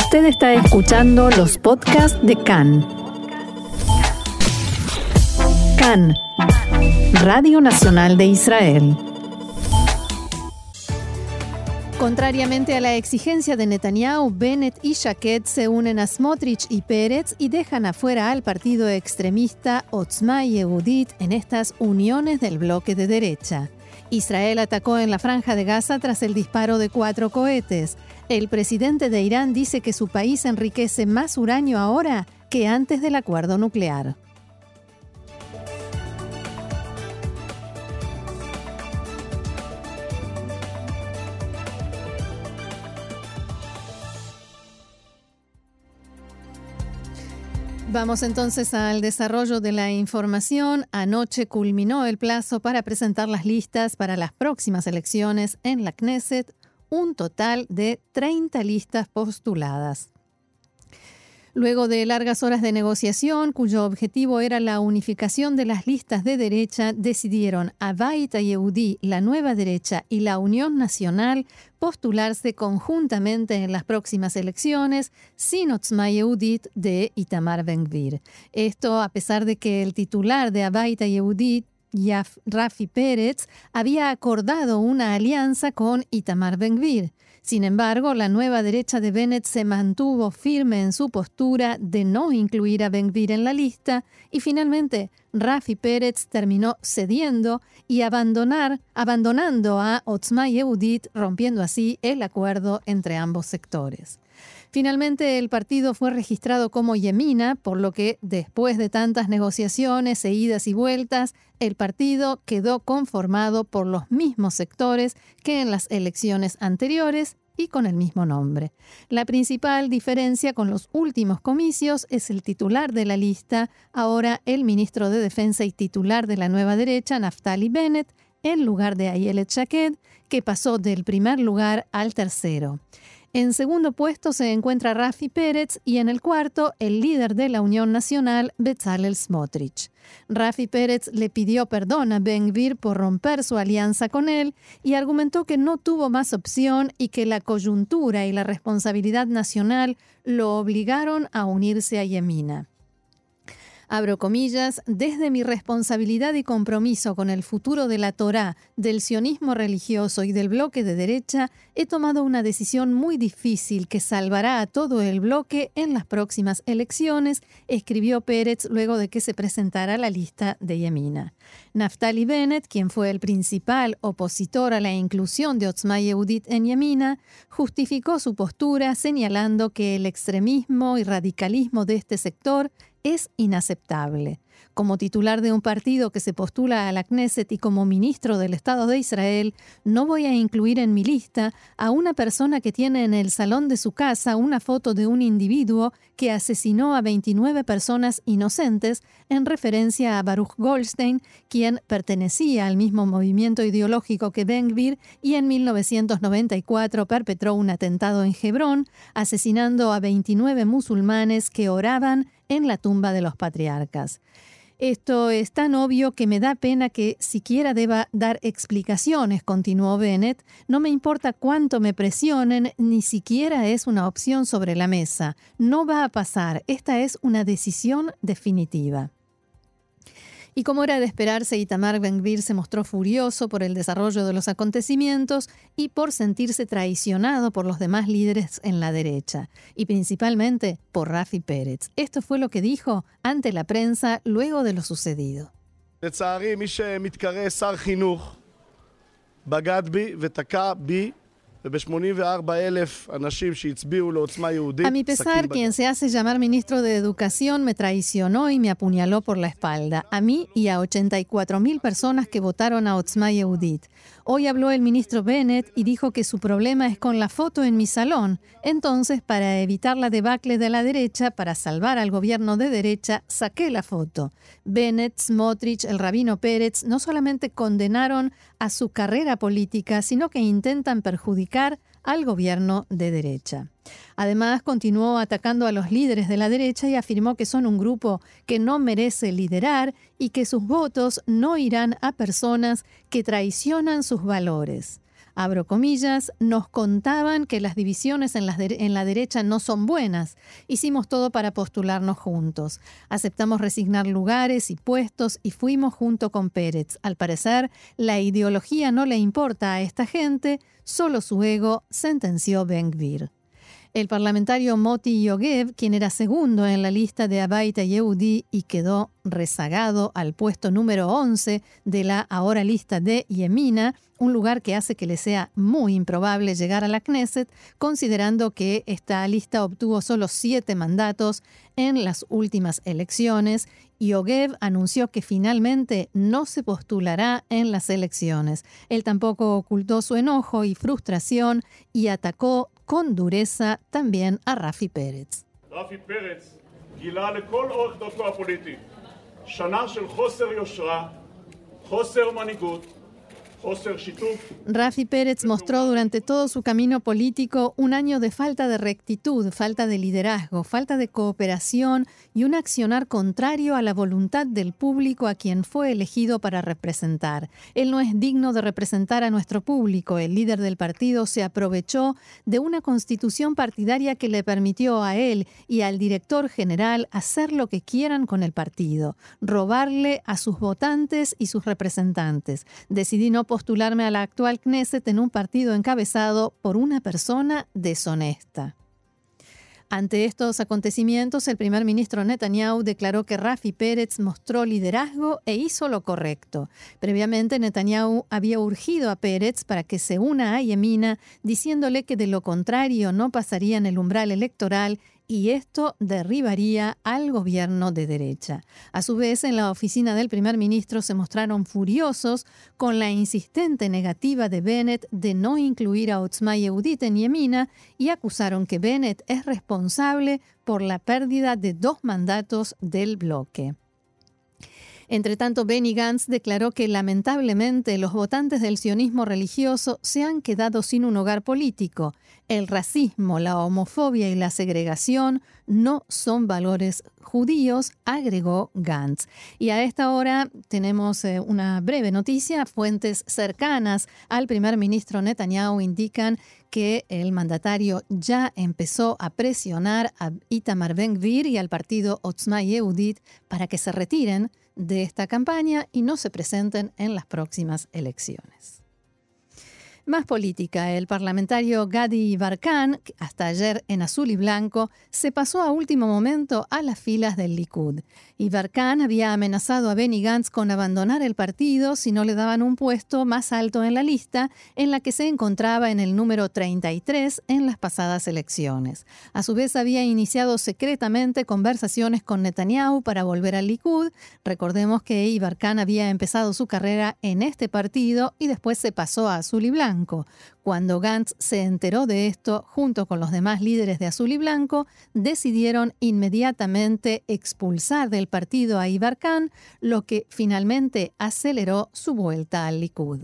Usted está escuchando los podcasts de CAN. CAN, Radio Nacional de Israel. Contrariamente a la exigencia de Netanyahu, Bennett y Shaked se unen a Smotrich y Peretz y dejan afuera al partido extremista Otzma Yehudit en estas uniones del bloque de derecha. Israel atacó en la Franja de Gaza tras el disparo de 4 cohetes. El presidente de Irán dice que su país enriquece más uranio ahora que antes del acuerdo nuclear. Vamos entonces al desarrollo de la información. Anoche culminó el plazo para presentar las listas para las próximas elecciones en la Knesset, un total de 30 listas postuladas. Luego de largas horas de negociación, cuyo objetivo era la unificación de las listas de derecha, decidieron Abait HaYehudi, la Nueva Derecha y la Unión Nacional postularse conjuntamente en las próximas elecciones sin Otzma Yehudit de Itamar Ben-Gvir. Esto a pesar de que el titular de Abait HaYehudi, Rafi Peretz, había acordado una alianza con Itamar Ben-Gvir. Sin embargo, la nueva derecha de Bennett se mantuvo firme en su postura de no incluir a Ben-Gvir en la lista y finalmente Rafi Peretz terminó cediendo y abandonando a Otzma Yehudit, rompiendo así el acuerdo entre ambos sectores. Finalmente, el partido fue registrado como Yemina, por lo que después de tantas negociaciones e idas y vueltas, el partido quedó conformado por los mismos sectores que en las elecciones anteriores y con el mismo nombre. La principal diferencia con los últimos comicios es el titular de la lista, ahora el ministro de Defensa y titular de la Nueva Derecha, Naftali Bennett, en lugar de Ayelet Shaked, que pasó del primer lugar al tercero. En segundo puesto se encuentra Rafi Peretz y en el cuarto el líder de la Unión Nacional, Bezalel Smotrich. Rafi Peretz le pidió perdón a Ben-Gvir por romper su alianza con él y argumentó que no tuvo más opción y que la coyuntura y la responsabilidad nacional lo obligaron a unirse a Yemina. Abro comillas, desde mi responsabilidad y compromiso con el futuro de la Torá, del sionismo religioso y del bloque de derecha, he tomado una decisión muy difícil que salvará a todo el bloque en las próximas elecciones, escribió Peretz luego de que se presentara la lista de Yemina. Naftali Bennett, quien fue el principal opositor a la inclusión de Otzma Yehudit en Yemina, justificó su postura señalando que el extremismo y radicalismo de este sector es inaceptable. Como titular de un partido que se postula a la Knesset y como ministro del Estado de Israel, no voy a incluir en mi lista a una persona que tiene en el salón de su casa una foto de un individuo que asesinó a 29 personas inocentes en referencia a Baruch Goldstein, quien pertenecía al mismo movimiento ideológico que Ben-Gvir y en 1994 perpetró un atentado en Hebrón, asesinando a 29 musulmanes que oraban en la tumba de los patriarcas. Esto es tan obvio que me da pena que siquiera deba dar explicaciones, continuó Bennett. No me importa cuánto me presionen, ni siquiera es una opción sobre la mesa. No va a pasar. Esta es una decisión definitiva. Y como era de esperarse, Itamar Ben-Gvir se mostró furioso por el desarrollo de los acontecimientos y por sentirse traicionado por los demás líderes en la derecha, y principalmente por Rafi Peretz. Esto fue lo que dijo ante la prensa luego de lo sucedido. לצערי, מי שמתקרא שר חינוך בגד בי ותקע בי A mi pesar, quien se hace llamar ministro de Educación me traicionó y me apuñaló por la espalda, a mí y a 84.000 personas que votaron a Otzma Yehudit. Hoy habló el ministro Bennett y dijo que su problema es con la foto en mi salón. Entonces, para evitar la debacle de la derecha, para salvar al gobierno de derecha, saqué la foto. Bennett, Smotrich, el rabino Peretz no solamente condenaron a su carrera política, sino que intentan perjudicar al gobierno de derecha. Además, continuó atacando a los líderes de la derecha y afirmó que son un grupo que no merece liderar y que sus votos no irán a personas que traicionan sus valores. Abro comillas, nos contaban que las divisiones en la derecha no son buenas. Hicimos todo para postularnos juntos. Aceptamos resignar lugares y puestos y fuimos junto con Pérez. Al parecer, la ideología no le importa a esta gente, solo su ego, sentenció Ben-Gvir. El parlamentario Moti Yogev, quien era segundo en la lista de Abait Yehudi y quedó rezagado al puesto número 11 de la ahora lista de Yemina, un lugar que hace que le sea muy improbable llegar a la Knesset, considerando que esta lista obtuvo solo 7 mandatos en las últimas elecciones. Yogev anunció que finalmente no se postulará en las elecciones. Él tampoco ocultó su enojo y frustración y atacó con dureza también a Rafi Pérez. רפי פרץ גילה לכל אורך דרכו הפוליטית שנה של חוסר יושרה, חוסר מנהיגות, Rafi Pérez mostró durante todo su camino político un año de falta de rectitud, falta de liderazgo, falta de cooperación y un accionar contrario a la voluntad del público a quien fue elegido para representar. Él no es digno de representar a nuestro público. El líder del partido se aprovechó de una constitución partidaria que le permitió a él y al director general hacer lo que quieran con el partido, robarle a sus votantes y sus representantes. Decidí no postularme a la actual Knesset en un partido encabezado por una persona deshonesta. Ante estos acontecimientos, el primer ministro Netanyahu declaró que Rafi Pérez mostró liderazgo e hizo lo correcto. Previamente, Netanyahu había urgido a Pérez para que se una a Yemina, diciéndole que de lo contrario no pasarían el umbral electoral y esto derribaría al gobierno de derecha. A su vez, en la oficina del primer ministro se mostraron furiosos con la insistente negativa de Bennett de no incluir a Otzma Yehudit en Yemina y acusaron que Bennett es responsable por la pérdida de 2 mandatos del bloque. Entre tanto, Benny Gantz declaró que lamentablemente los votantes del sionismo religioso se han quedado sin un hogar político. El racismo, la homofobia y la segregación no son valores judíos, agregó Gantz. Y a esta hora tenemos una breve noticia. Fuentes cercanas al primer ministro Netanyahu indican que el mandatario ya empezó a presionar a Itamar Ben-Gvir y al partido Otzma Yehudit para que se retiren de esta campaña y no se presenten en las próximas elecciones. Más política, el parlamentario Gadi Yvarkan, hasta ayer en azul y blanco, se pasó a último momento a las filas del Likud. Yvarkan había amenazado a Benny Gantz con abandonar el partido si no le daban un puesto más alto en la lista, en la que se encontraba en el número 33 en las pasadas elecciones. A su vez había iniciado secretamente conversaciones con Netanyahu para volver al Likud. Recordemos que Yvarkan había empezado su carrera en este partido y después se pasó a azul y blanco. Cuando Gantz se enteró de esto, junto con los demás líderes de Azul y Blanco, decidieron inmediatamente expulsar del partido a Yvarkan, lo que finalmente aceleró su vuelta al Likud.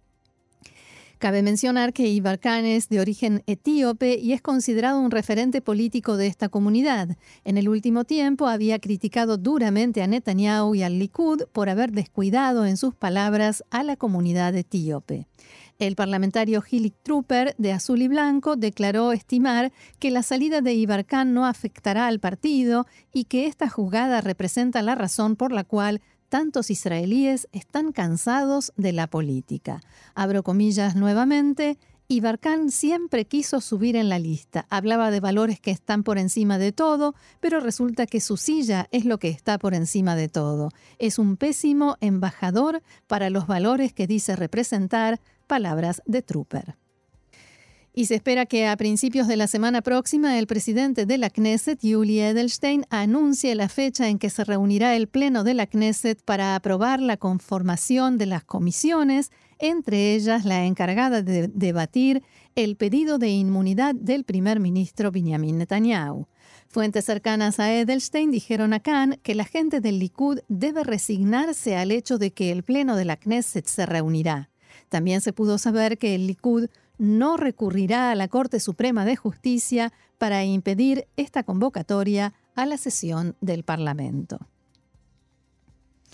Cabe mencionar que Yvarkan es de origen etíope y es considerado un referente político de esta comunidad. En el último tiempo había criticado duramente a Netanyahu y al Likud por haber descuidado en sus palabras a la comunidad etíope. El parlamentario Hilik Trooper de Azul y Blanco declaró estimar que la salida de Yvarkan no afectará al partido y que esta jugada representa la razón por la cual tantos israelíes están cansados de la política. Abro comillas nuevamente. Yvarkan siempre quiso subir en la lista. Hablaba de valores que están por encima de todo, pero resulta que su silla es lo que está por encima de todo. Es un pésimo embajador para los valores que dice representar. Palabras de Trooper. Y se espera que a principios de la semana próxima el presidente de la Knesset, Yuli Edelstein, anuncie la fecha en que se reunirá el Pleno de la Knesset para aprobar la conformación de las comisiones, entre ellas la encargada de debatir el pedido de inmunidad del primer ministro Benjamin Netanyahu. Fuentes cercanas a Edelstein dijeron a Khan que la gente del Likud debe resignarse al hecho de que el Pleno de la Knesset se reunirá. También se pudo saber que el Likud no recurrirá a la Corte Suprema de Justicia para impedir esta convocatoria a la sesión del Parlamento.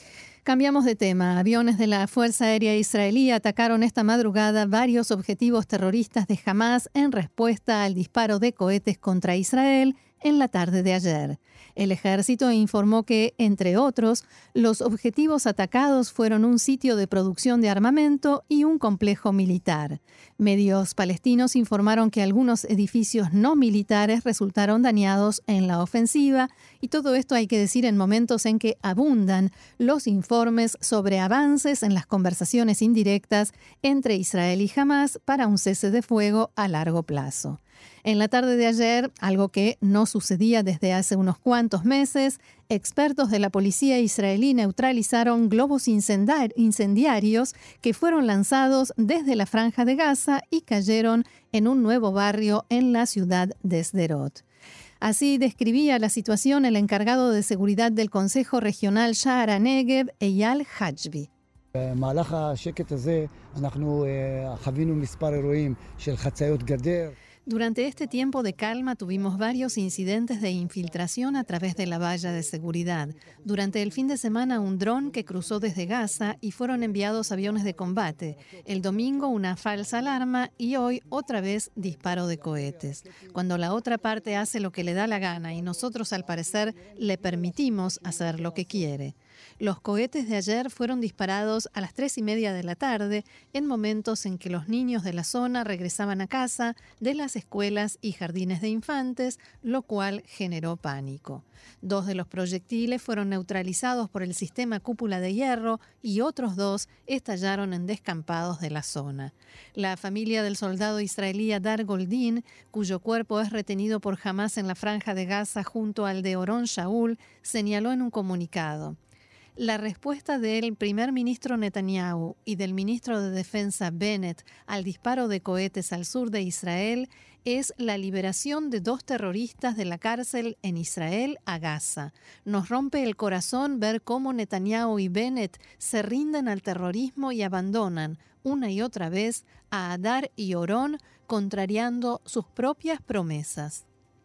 Cambiamos de tema. Aviones de la Fuerza Aérea Israelí atacaron esta madrugada varios objetivos terroristas de Hamás en respuesta al disparo de cohetes contra Israel en la tarde de ayer. El ejército informó que, entre otros, los objetivos atacados fueron un sitio de producción de armamento y un complejo militar. Medios palestinos informaron que algunos edificios no militares resultaron dañados en la ofensiva, y todo esto hay que decir en momentos en que abundan los informes sobre avances en las conversaciones indirectas entre Israel y Hamás para un cese de fuego a largo plazo. En la tarde de ayer, algo que no sucedía desde hace unos cuantos meses, expertos de la policía israelí neutralizaron globos incendiarios que fueron lanzados desde la Franja de Gaza y cayeron en un nuevo barrio en la ciudad de Sderot. Así describía la situación el encargado de seguridad del Consejo Regional Sha'ar HaNegev, Eyal Hajbi. במהלך השקט הזה אנחנו חווינו מספר אירועים של חציות גדר. Durante este tiempo de calma tuvimos varios incidentes de infiltración a través de la valla de seguridad. Durante el fin de semana, un dron que cruzó desde Gaza y fueron enviados aviones de combate. El domingo, una falsa alarma y hoy otra vez disparo de cohetes. Cuando la otra parte hace lo que le da la gana y nosotros al parecer le permitimos hacer lo que quiere. Los cohetes de ayer fueron disparados a las 3:30 de la tarde, en momentos en que los niños de la zona regresaban a casa de las escuelas y jardines de infantes, lo cual generó pánico. 2 de los proyectiles fueron neutralizados por el sistema cúpula de hierro y otros 2 estallaron en descampados de la zona. La familia del soldado israelí Adar Goldin, cuyo cuerpo es retenido por Hamás en la Franja de Gaza junto al de Oron Shaul, señaló en un comunicado: la respuesta del primer ministro Netanyahu y del ministro de Defensa Bennett al disparo de cohetes al sur de Israel es la liberación de 2 terroristas de la cárcel en Israel a Gaza. Nos rompe el corazón ver cómo Netanyahu y Bennett se rinden al terrorismo y abandonan una y otra vez a Adar y Oron, contrariando sus propias promesas.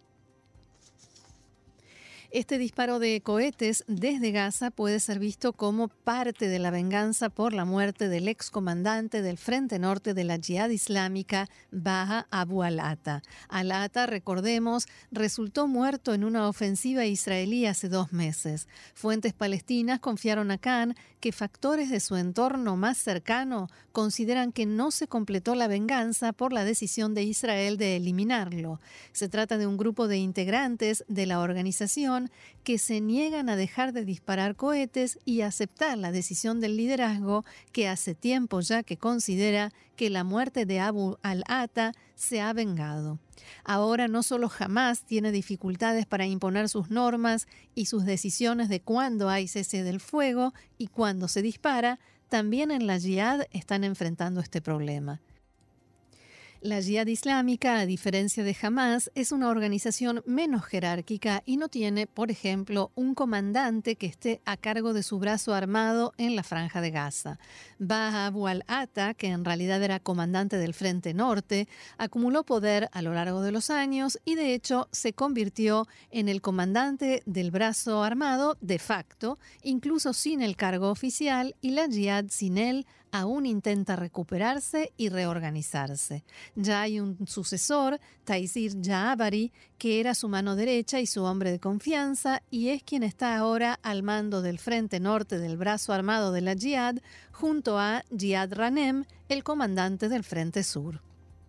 Este disparo de cohetes desde Gaza puede ser visto como parte de la venganza por la muerte del excomandante del Frente Norte de la Yihad Islámica, Baha Abu al-Ata. Al-Ata, recordemos, resultó muerto en una ofensiva israelí hace 2 meses. Fuentes palestinas confiaron a Khan que factores de su entorno más cercano consideran que no se completó la venganza por la decisión de Israel de eliminarlo. Se trata de un grupo de integrantes de la organización que se niegan a dejar de disparar cohetes y aceptar la decisión del liderazgo que hace tiempo ya que considera que la muerte de Abu al-Ata se ha vengado. Ahora no solo Hamás tiene dificultades para imponer sus normas y sus decisiones de cuándo hay cese del fuego y cuándo se dispara, también en la Yihad están enfrentando este problema. La Yihad Islámica, a diferencia de Hamás, es una organización menos jerárquica y no tiene, por ejemplo, un comandante que esté a cargo de su brazo armado en la Franja de Gaza. Baha Abu al-Ata, que en realidad era comandante del Frente Norte, acumuló poder a lo largo de los años y de hecho se convirtió en el comandante del brazo armado de facto, incluso sin el cargo oficial, y la Yihad sin él aún intenta recuperarse y reorganizarse. Ya hay un sucesor, Taysir Ja'abari, que era su mano derecha y su hombre de confianza, y es quien está ahora al mando del Frente Norte del brazo armado de la Yihad, junto a Giyad Ranem, el comandante del Frente Sur.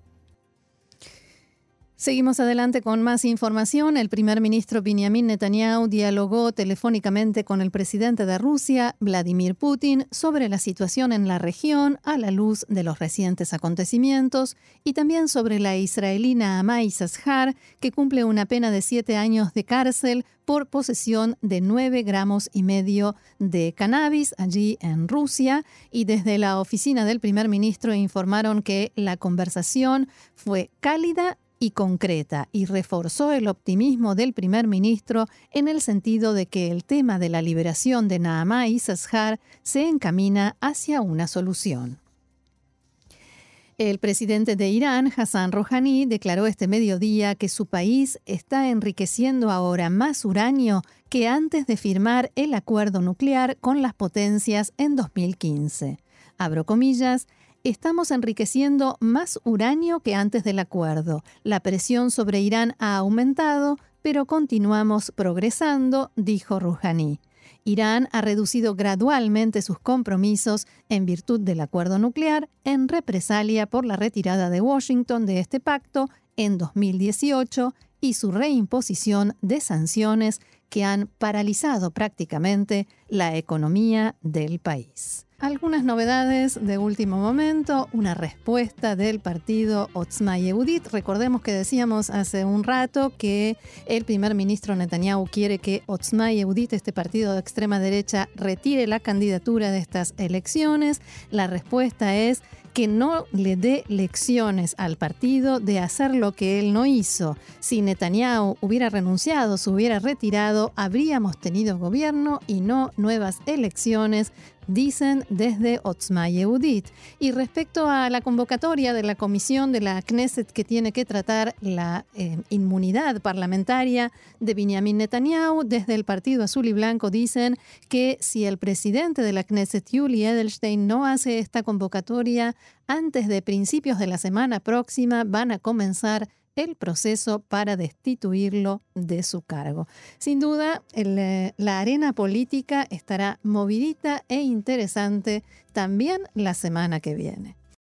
Seguimos adelante con más información. El primer ministro Benjamin Netanyahu dialogó telefónicamente con el presidente de Rusia, Vladimir Putin, sobre la situación en la región a la luz de los recientes acontecimientos y también sobre la israelí Naamá Issachar, que cumple una pena de 7 años de cárcel por posesión de 9,5 gramos de cannabis allí en Rusia. Y desde la oficina del primer ministro informaron que la conversación fue cálida y concreta y reforzó el optimismo del primer ministro en el sentido de que el tema de la liberación de Naamá Issachar se encamina hacia una solución. El presidente de Irán, Hassan Rouhani, declaró este mediodía que su país está enriqueciendo ahora más uranio que antes de firmar el acuerdo nuclear con las potencias en 2015. Abro comillas, estamos enriqueciendo más uranio que antes del acuerdo. La presión sobre Irán ha aumentado, pero continuamos progresando, dijo Rouhani. Irán ha reducido gradualmente sus compromisos en virtud del acuerdo nuclear en represalia por la retirada de Washington de este pacto en 2018 y su reimposición de sanciones que han paralizado prácticamente la economía del país. Algunas novedades de último momento, una respuesta del partido Otzma Yehudit. Recordemos que decíamos hace un rato que el primer ministro Netanyahu quiere que Otzma Yehudit, este partido de extrema derecha, retire la candidatura de estas elecciones. La respuesta es que no le dé lecciones al partido de hacer lo que él no hizo. Si Netanyahu hubiera renunciado, se hubiera retirado, habríamos tenido gobierno y no nuevas elecciones, dicen desde Otzma Yehudit. Y respecto a la convocatoria de la comisión de la Knesset que tiene que tratar la inmunidad parlamentaria de Benjamin Netanyahu, desde el Partido Azul y Blanco dicen que si el presidente de la Knesset, Yuli Edelstein, no hace esta convocatoria antes de principios de la semana próxima, van a comenzar el proceso para destituirlo de su cargo. Sin duda, la arena política estará movidita e interesante también la semana que viene.